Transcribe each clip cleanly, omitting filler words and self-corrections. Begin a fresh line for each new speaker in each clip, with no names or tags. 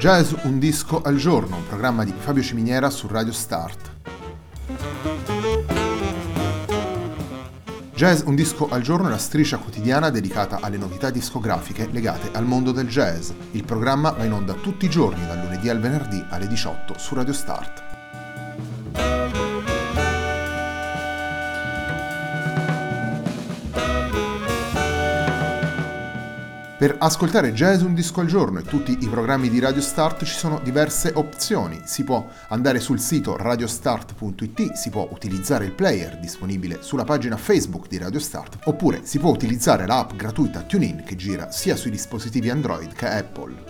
Jazz un disco al giorno, un programma di Fabio Ciminiera su Radio Start. Jazz un disco al giorno è la striscia quotidiana dedicata alle novità discografiche legate al mondo del jazz. Il programma va in onda tutti i giorni, dal lunedì al venerdì alle 18 su Radio Start. Per ascoltare Jazz un disco al giorno e tutti i programmi di Radio Start ci sono diverse opzioni. Si può andare sul sito radiostart.it, si può utilizzare il player disponibile sulla pagina Facebook di Radio Start, oppure si può utilizzare l'app gratuita TuneIn che gira sia sui dispositivi Android che Apple.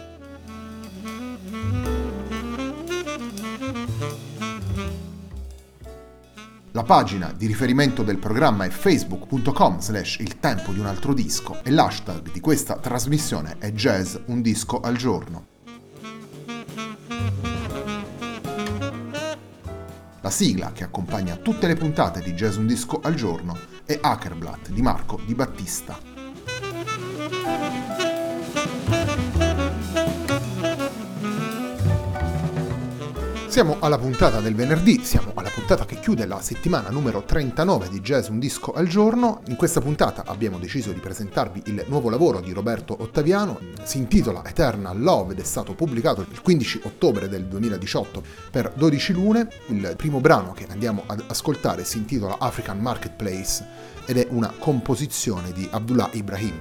La pagina di riferimento del programma è facebook.com/il tempo di un altro disco e l'hashtag di questa trasmissione è Jazz un disco al giorno. La sigla che accompagna tutte le puntate di Jazz un disco al giorno è Hackerblatt di Marco Di Battista. Siamo alla puntata del venerdì, siamo alla puntata che chiude la settimana numero 39 di Jazz un disco al giorno. In questa puntata abbiamo deciso di presentarvi il nuovo lavoro di Roberto Ottaviano, si intitola Eternal Love ed è stato pubblicato il 15 ottobre del 2018 per 12 lune. Il primo brano che andiamo ad ascoltare si intitola African Marketplace ed è una composizione di Abdullah Ibrahim.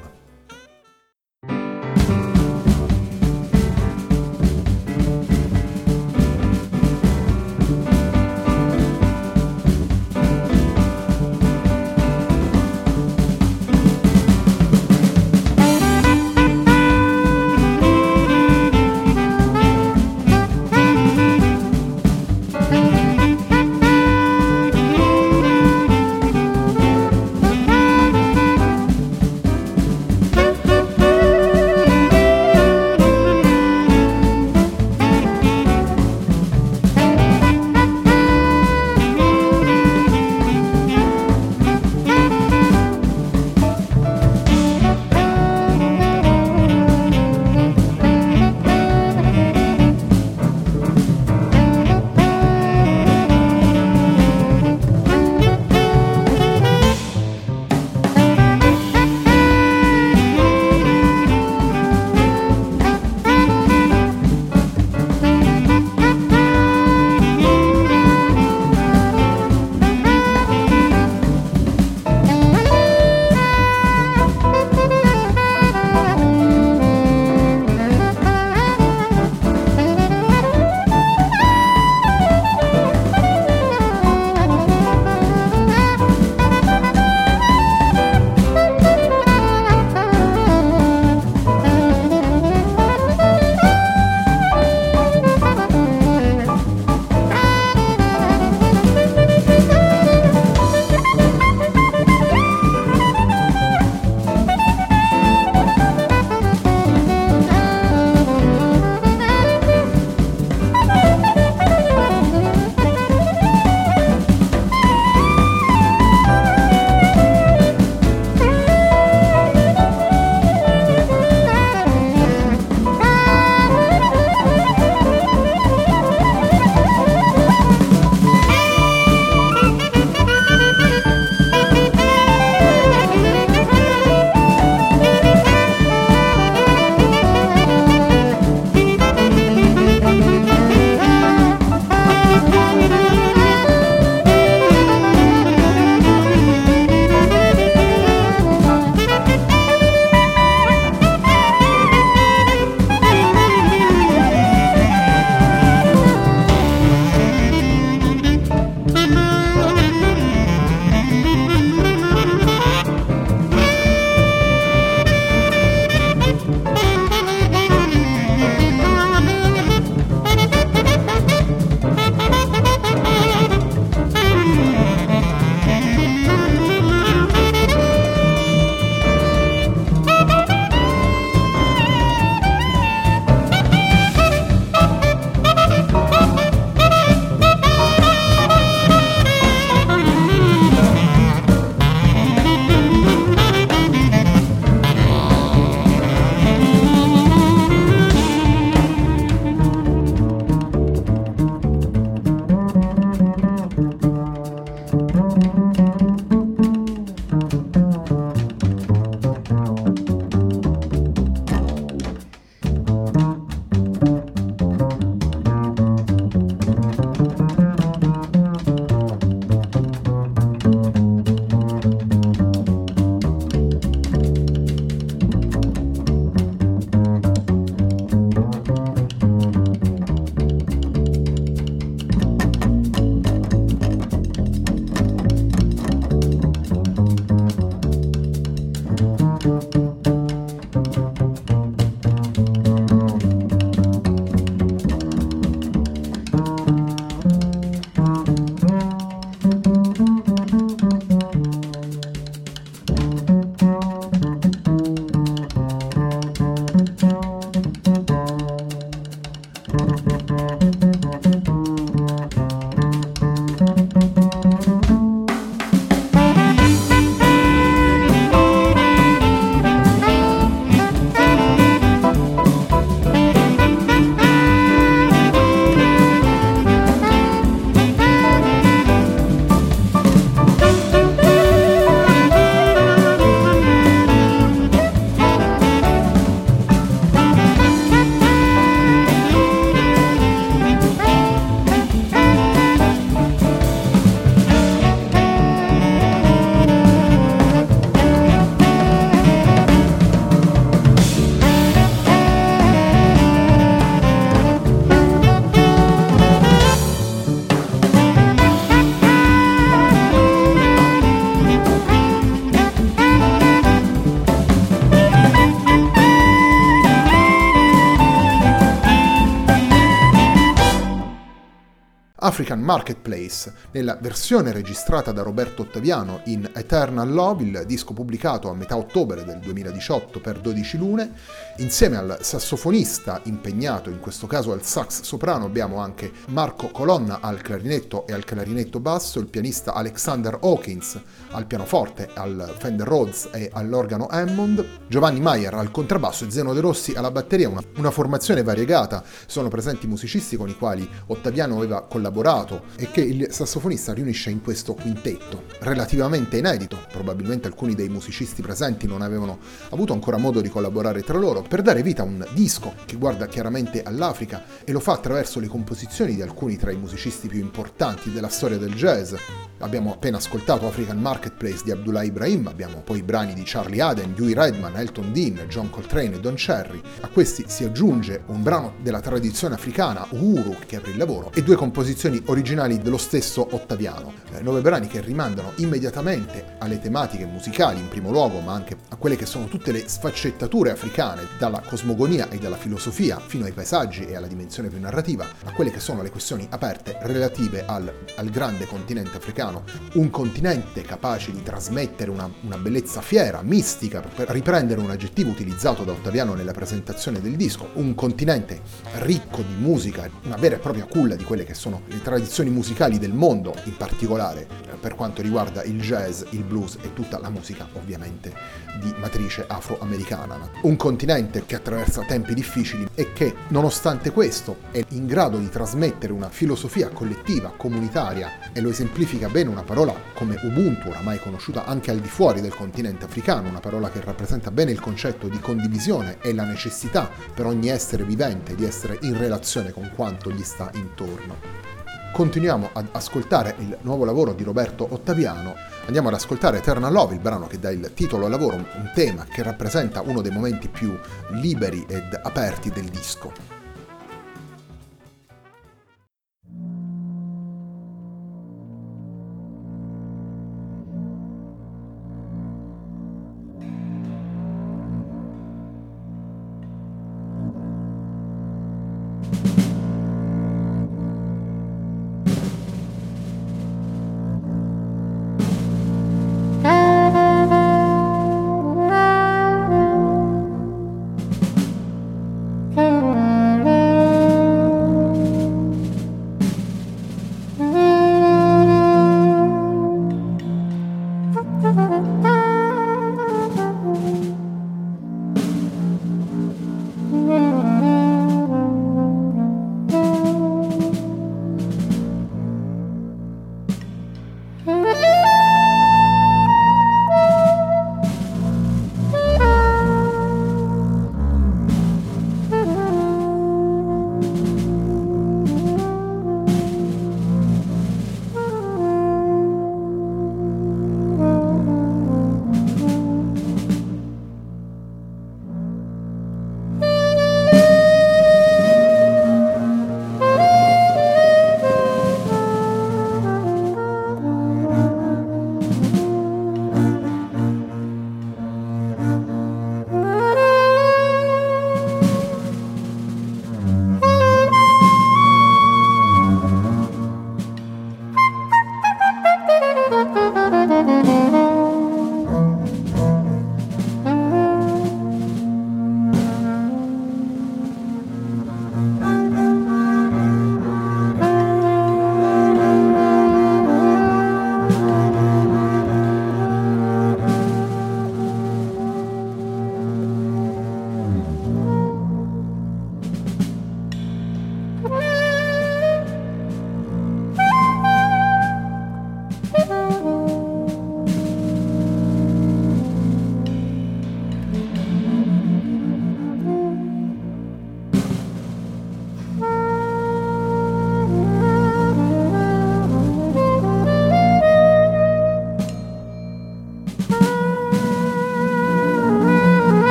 African Marketplace, nella versione registrata da Roberto Ottaviano in Eternal Love, il disco pubblicato a metà ottobre del 2018 per 12 lune. Insieme al sassofonista impegnato, in questo caso al sax soprano, abbiamo anche Marco Colonna al clarinetto e al clarinetto basso, il pianista Alexander Hawkins al pianoforte, al Fender Rhodes e all'organo Hammond, Giovanni Maier al contrabbasso e Zeno De Rossi alla batteria, una formazione variegata. Sono presenti musicisti con i quali Ottaviano aveva collaborato e che il sassofonista riunisce in questo quintetto, relativamente inedito. Probabilmente alcuni dei musicisti presenti non avevano avuto ancora modo di collaborare tra loro, per dare vita a un disco che guarda chiaramente all'Africa e lo fa attraverso le composizioni di alcuni tra i musicisti più importanti della storia del jazz. Abbiamo appena ascoltato African Marketplace di Abdullah Ibrahim, abbiamo poi i brani di Charlie Haden, Dewey Redman, Elton Dean, John Coltrane e Don Cherry. A questi si aggiunge un brano della tradizione africana, Uhuru, che apre il lavoro, e due composizioni originali dello stesso Ottaviano. 9 brani che rimandano immediatamente alle tematiche musicali in primo luogo, ma anche a quelle che sono tutte le sfaccettature africane, dalla cosmogonia e dalla filosofia fino ai paesaggi e alla dimensione più narrativa, a quelle che sono le questioni aperte relative al grande continente africano, un continente capace di trasmettere una bellezza fiera, mistica, per riprendere un aggettivo utilizzato da Ottaviano nella presentazione del disco, un continente ricco di musica, una vera e propria culla di quelle che sono le tradizioni musicali del mondo, in particolare per quanto riguarda il jazz, il blues e tutta la musica ovviamente di matrice afroamericana. Un continente che attraversa tempi difficili e che, nonostante questo, è in grado di trasmettere una filosofia collettiva, comunitaria, e lo esemplifica bene una parola come Ubuntu, oramai conosciuta anche al di fuori del continente africano, una parola che rappresenta bene il concetto di condivisione e la necessità per ogni essere vivente di essere in relazione con quanto gli sta intorno. Continuiamo ad ascoltare il nuovo lavoro di Roberto Ottaviano. Andiamo ad ascoltare Eternal Love, il brano che dà il titolo al lavoro, un tema che rappresenta uno dei momenti più liberi ed aperti del disco.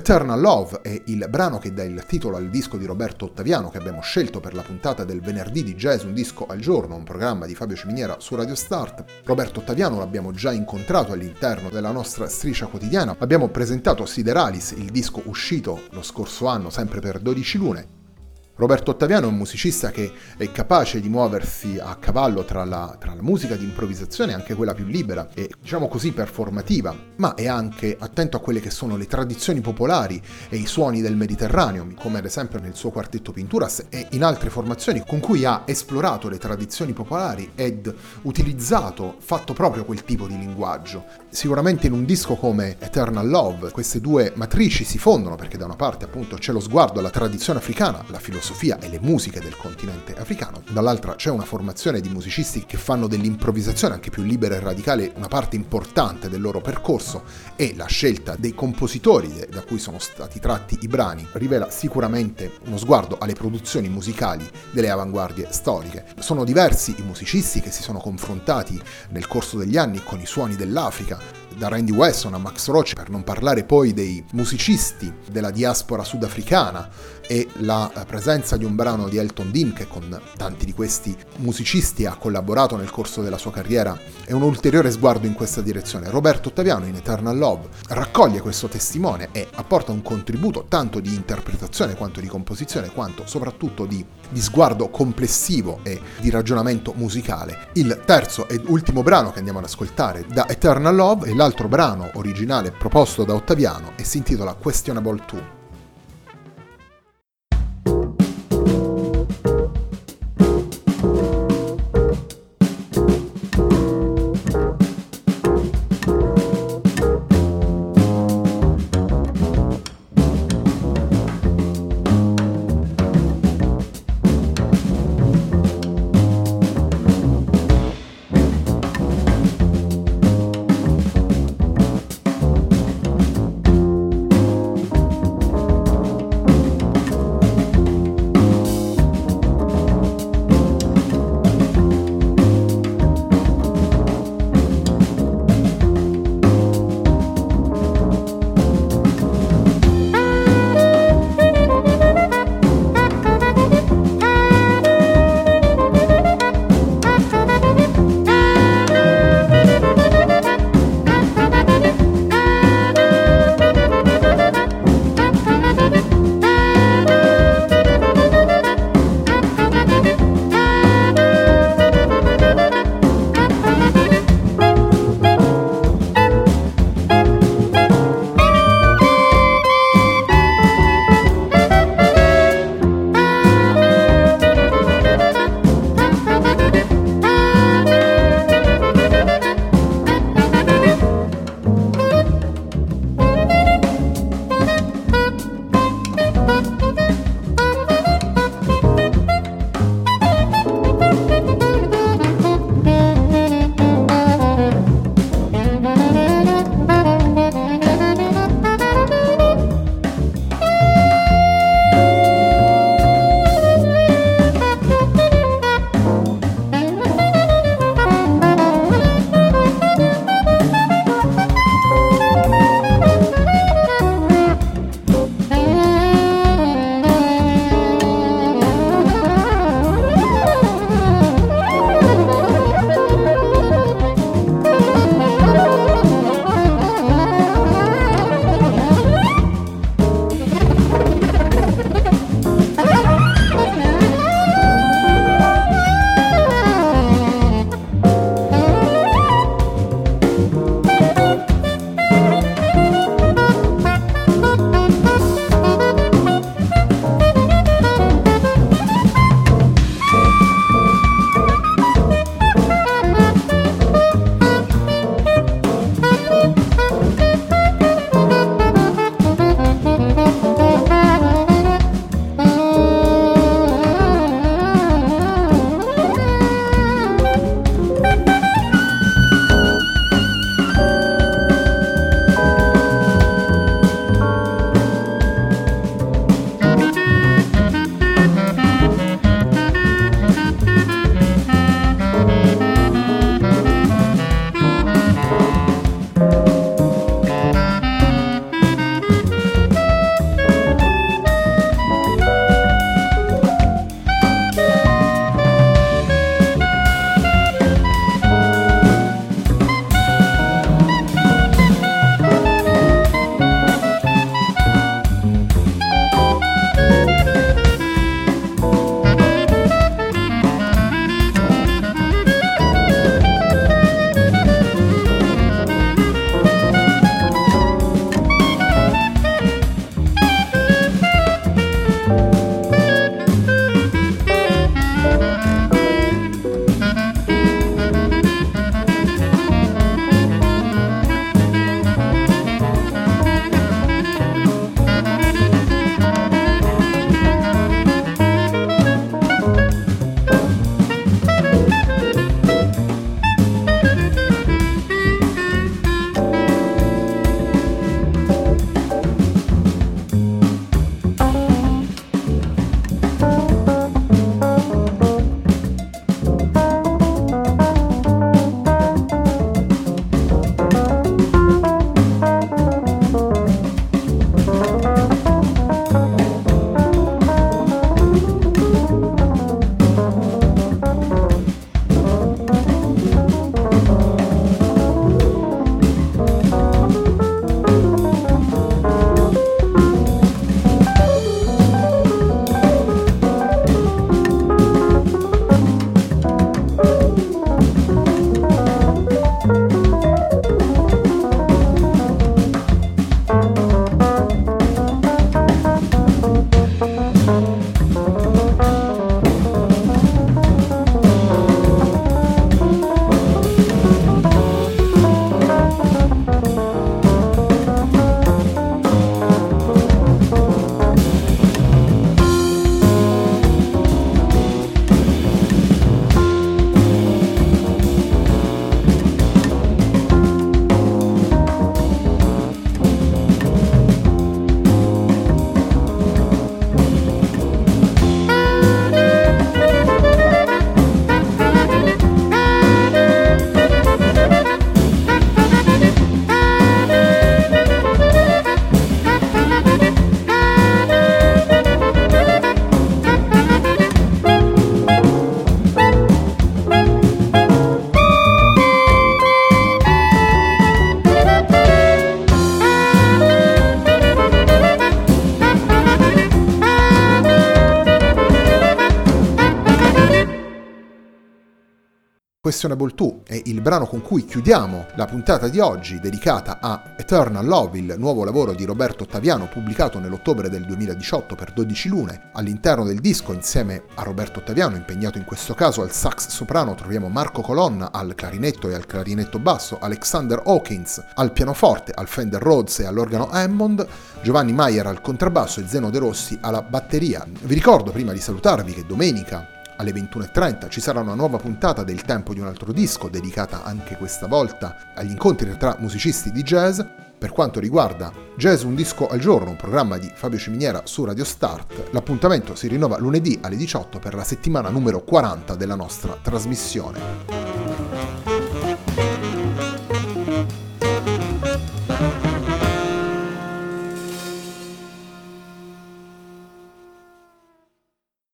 Eternal Love è il brano che dà il titolo al disco di Roberto Ottaviano che abbiamo scelto per la puntata del venerdì di Jazz Un Disco al Giorno, un programma di Fabio Ciminiera su Radio Start. Roberto Ottaviano l'abbiamo già incontrato all'interno della nostra striscia quotidiana, abbiamo presentato Sideralis, il disco uscito lo scorso anno sempre per 12 lune. Roberto Ottaviano è un musicista che è capace di muoversi a cavallo tra la musica di improvvisazione, anche quella più libera e diciamo così performativa, ma è anche attento a quelle che sono le tradizioni popolari e i suoni del Mediterraneo, come ad esempio nel suo quartetto Pinturas e in altre formazioni con cui ha esplorato le tradizioni popolari ed fatto proprio quel tipo di linguaggio. Sicuramente in un disco come Eternal Love queste due matrici si fondono, perché da una parte appunto c'è lo sguardo alla tradizione africana, la filosofia e le musiche del continente africano, dall'altra c'è una formazione di musicisti che fanno dell'improvvisazione anche più libera e radicale una parte importante del loro percorso, e la scelta dei compositori da cui sono stati tratti i brani rivela sicuramente uno sguardo alle produzioni musicali delle avanguardie storiche. Sono diversi i musicisti che si sono confrontati nel corso degli anni con i suoni dell'Africa, da Randy Weston a Max Roach, per non parlare poi dei musicisti della diaspora sudafricana e la presenza di un brano di Elton Dean che con tanti di questi musicisti ha collaborato nel corso della sua carriera. È un ulteriore sguardo in questa direzione. Roberto Ottaviano in Eternal Love raccoglie questo testimone e apporta un contributo tanto di interpretazione quanto di composizione, quanto soprattutto di sguardo complessivo e di ragionamento musicale. Il terzo ed ultimo brano che andiamo ad ascoltare da Eternal Love è l'altro brano originale proposto da Ottaviano e si intitola Questionable 2. Questionable 2 è il brano con cui chiudiamo la puntata di oggi dedicata a Eternal Love, il nuovo lavoro di Roberto Ottaviano pubblicato nell'ottobre del 2018 per 12 lune. All'interno del disco, insieme a Roberto Ottaviano, impegnato in questo caso al sax soprano, troviamo Marco Colonna al clarinetto e al clarinetto basso, Alexander Hawkins al pianoforte, al Fender Rhodes e all'organo Hammond, Giovanni Maier al contrabbasso e Zeno De Rossi alla batteria. Vi ricordo prima di salutarvi che domenica alle 21:30 ci sarà una nuova puntata del Tempo di un altro disco, dedicata anche questa volta agli incontri tra musicisti di jazz. Per quanto riguarda Jazz un disco al giorno, un programma di Fabio Ciminiera su Radio Start, l'appuntamento si rinnova lunedì alle 18 per la settimana numero 40 della nostra trasmissione.